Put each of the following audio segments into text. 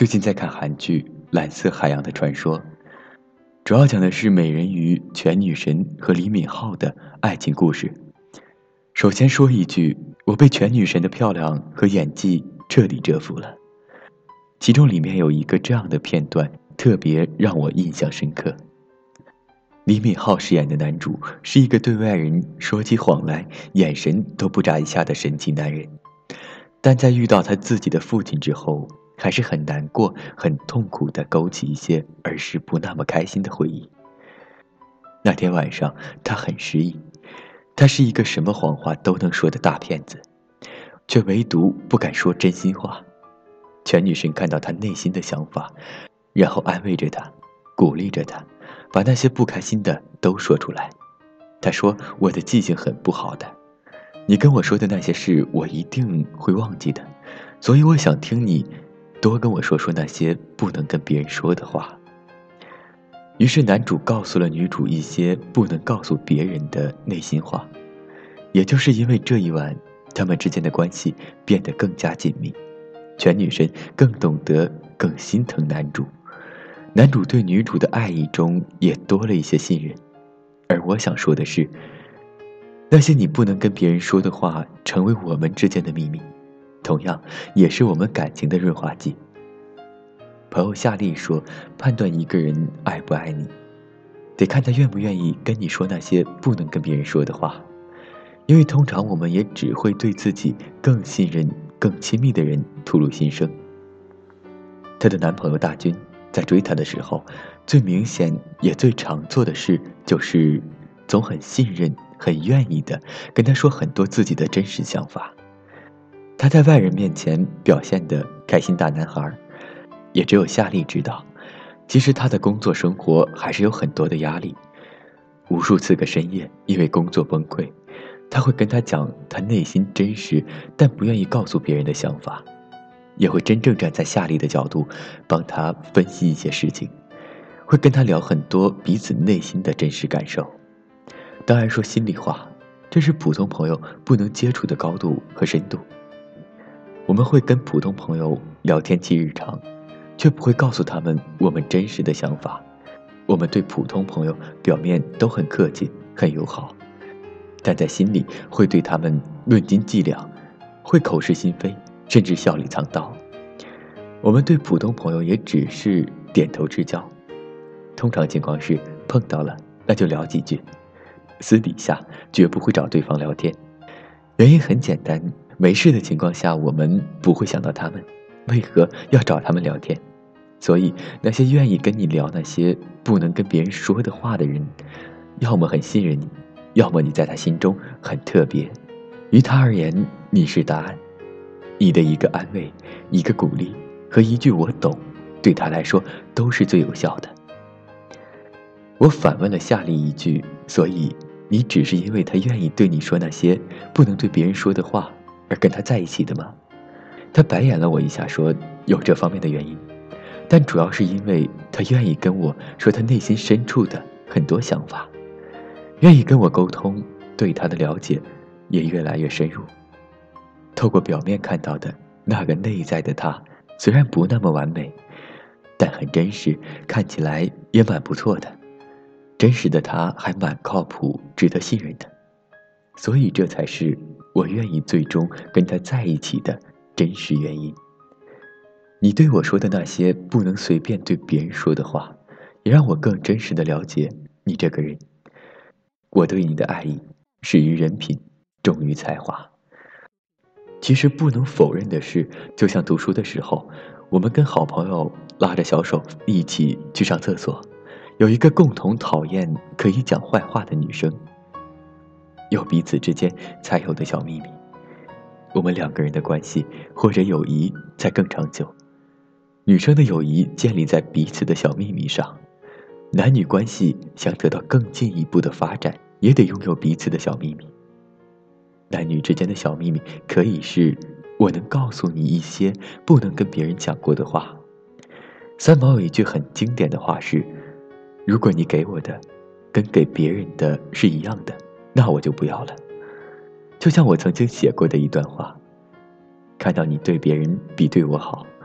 最近在看韩剧《蓝色海洋的传说》，主要讲的是美人鱼全女神和李敏镐的爱情故事。首先说一句，我被全女神的漂亮和演技彻底折服了。其中里面有一个这样的片段，特别让我印象深刻。李敏镐饰演的男主是一个对外人说起谎来眼神都不眨一下的神奇男人，但在遇到他自己的父亲之后，还是很难过、很痛苦地勾起一些儿时不那么开心的回忆。那天晚上，他很失意，他是一个什么谎话都能说的大骗子，却唯独不敢说真心话。全女神看到他内心的想法，然后安慰着他，鼓励着他，把那些不开心的都说出来。他说：“我的记性很不好的，你跟我说的那些事，我一定会忘记的，所以我想听你多跟我说说那些不能跟别人说的话。”于是男主告诉了女主一些不能告诉别人的内心话，也就是因为这一晚，他们之间的关系变得更加紧密，全女神更懂得、更心疼男主，男主对女主的爱意中也多了一些信任。而我想说的是，那些你不能跟别人说的话，成为我们之间的秘密，同样也是我们感情的润滑剂。朋友夏丽说，判断一个人爱不爱你，得看他愿不愿意跟你说那些不能跟别人说的话，因为通常我们也只会对自己更信任、更亲密的人吐露心声。她的男朋友大军在追她的时候，最明显也最常做的事就是总很信任、很愿意的跟她说很多自己的真实想法。他在外人面前表现得开心大男孩，也只有夏丽知道，其实他的工作生活还是有很多的压力。无数次个深夜，因为工作崩溃，他会跟他讲他内心真实但不愿意告诉别人的想法，也会真正站在夏丽的角度帮他分析一些事情，会跟他聊很多彼此内心的真实感受。当然说心里话，这是普通朋友不能接触的高度和深度。我们会跟普通朋友聊天气日常，却不会告诉他们我们真实的想法。我们对普通朋友表面都很客气、很友好，但在心里会对他们论斤计两，会口是心非，甚至笑里藏刀。我们对普通朋友也只是点头之交，通常情况是碰到了那就聊几句，私底下绝不会找对方聊天。原因很简单，没事的情况下我们不会想到他们，为何要找他们聊天？所以那些愿意跟你聊那些不能跟别人说的话的人，要么很信任你，要么你在他心中很特别，于他而言你是答案。你的一个安慰，一个鼓励和一句我懂，对他来说都是最有效的。我反问了夏丽一句，所以你只是因为他愿意对你说那些不能对别人说的话而跟他在一起的吗？他白眼了我一下说，有这方面的原因，但主要是因为他愿意跟我说他内心深处的很多想法，愿意跟我沟通，对他的了解也越来越深入。透过表面看到的那个内在的他，虽然不那么完美，但很真实，看起来也蛮不错的。真实的他还蛮靠谱，值得信任的，所以这才是我愿意最终跟他在一起的真实原因。你对我说的那些不能随便对别人说的话，也让我更真实的了解你这个人。我对你的爱意始于人品，重于才华。其实不能否认的是，就像读书的时候，我们跟好朋友拉着小手一起去上厕所，有一个共同讨厌可以讲坏话的女生，有彼此之间才有的小秘密。我们两个人的关系或者友谊才更长久。女生的友谊建立在彼此的小秘密上，男女关系想得到更进一步的发展，也得拥有彼此的小秘密。男女之间的小秘密可以是我能告诉你一些不能跟别人讲过的话。三毛有一句很经典的话是，如果你给我的跟给别人的是一样的，那我就不要了。就像我曾经写过的一段话，看到你对别人比对我好，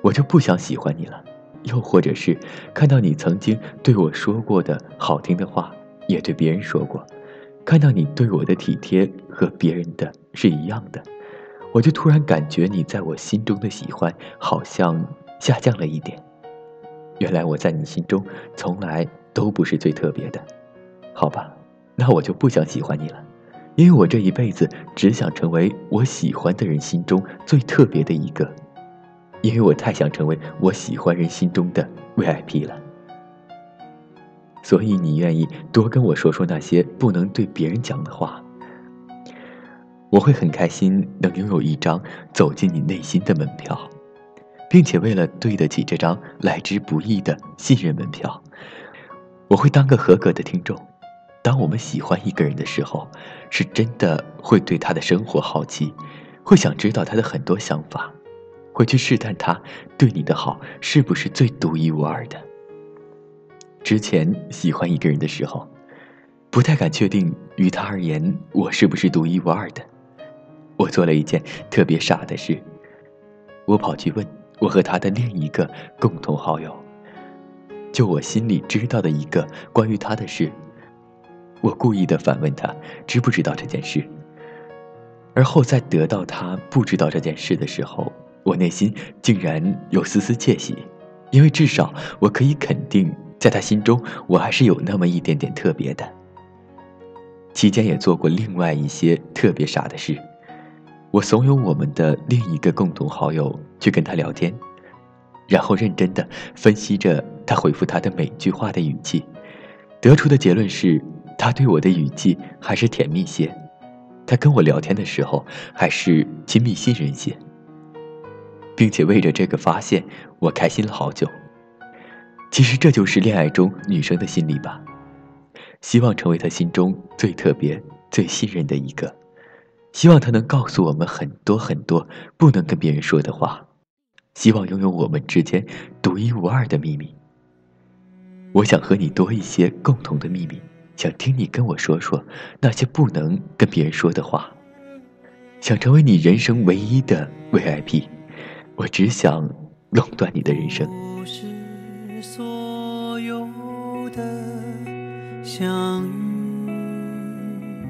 我就不想喜欢你了。又或者是看到你曾经对我说过的好听的话，也对别人说过，看到你对我的体贴和别人的是一样的，我就突然感觉你在我心中的喜欢好像下降了一点。原来我在你心中从来都不是最特别的。好吧，那我就不想喜欢你了，因为我这一辈子只想成为我喜欢的人心中最特别的一个，因为我太想成为我喜欢人心中的 VIP 了。所以你愿意多跟我说说那些不能对别人讲的话，我会很开心能拥有一张走进你内心的门票，并且为了对得起这张来之不易的信任门票，我会当个合格的听众。当我们喜欢一个人的时候，是真的会对他的生活好奇，会想知道他的很多想法，会去试探他对你的好是不是最独一无二的。之前喜欢一个人的时候，不太敢确定于他而言我是不是独一无二的。我做了一件特别傻的事，我跑去问我和他的另一个共同好友，就我心里知道的一个关于他的事，我故意的反问他知不知道这件事。而后在得到他不知道这件事的时候，我内心竟然有丝丝窃喜，因为至少我可以肯定在他心中我还是有那么一点点特别的。期间也做过另外一些特别傻的事，我怂恿我们的另一个共同好友去跟他聊天，然后认真的分析着他回复他的每句话的语气，得出的结论是他对我的语气还是甜蜜些，他跟我聊天的时候还是亲密信任些，并且为着这个发现我开心了好久。其实这就是恋爱中女生的心理吧，希望成为她心中最特别最信任的一个，希望她能告诉我们很多很多不能跟别人说的话，希望拥有我们之间独一无二的秘密。我想和你多一些共同的秘密，想听你跟我说说那些不能跟别人说的话，想成为你人生唯一的 VIP， 我只想垄断你的人生。 不是所有的相遇，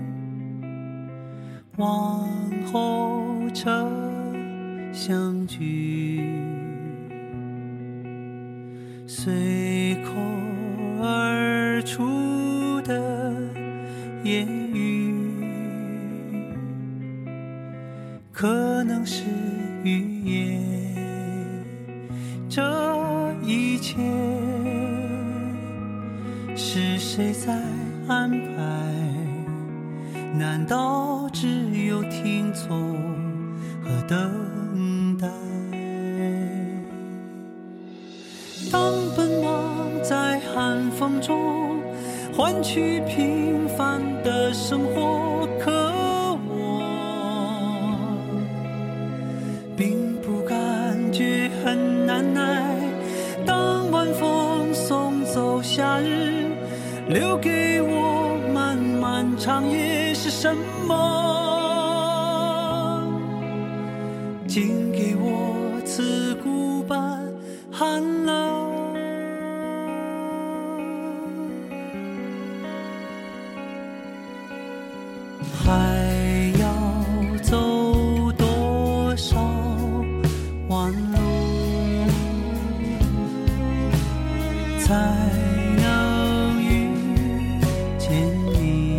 往后车相聚，随口而出的言语，可能是语言。这一切是谁在安排？难道只有听从和等待？当奔忙在寒风中换取平凡的生活，可我并不感觉很难耐。当晚风送走夏日，留给我漫漫长夜是什么？竟给我刺骨般寒冷。还要走多少弯路，才能遇见你？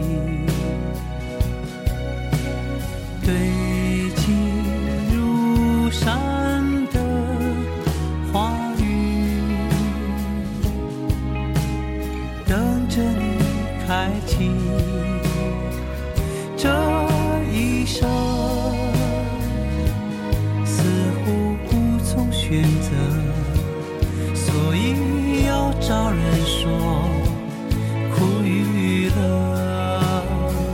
堆积如山的话语，等着你开启这一生，似乎无从选择，所以要找人说苦与乐。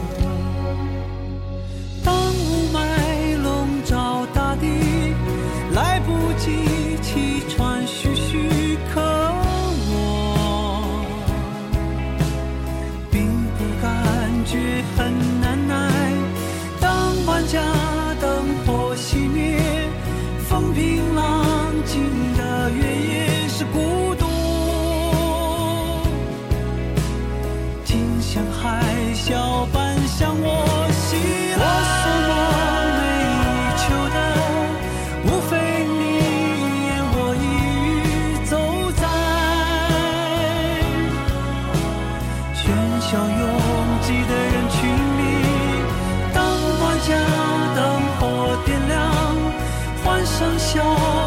当雾霾笼罩大地，来不及气喘吁吁，可我并不感觉很难耐。当万家灯火熄灭，风平浪尽的原因是孤独，竟像海啸般向我袭来。我所梦寐以求的，无非你一言我一语，走在喧嚣拥挤的人群里。当万家灯火点亮，欢声笑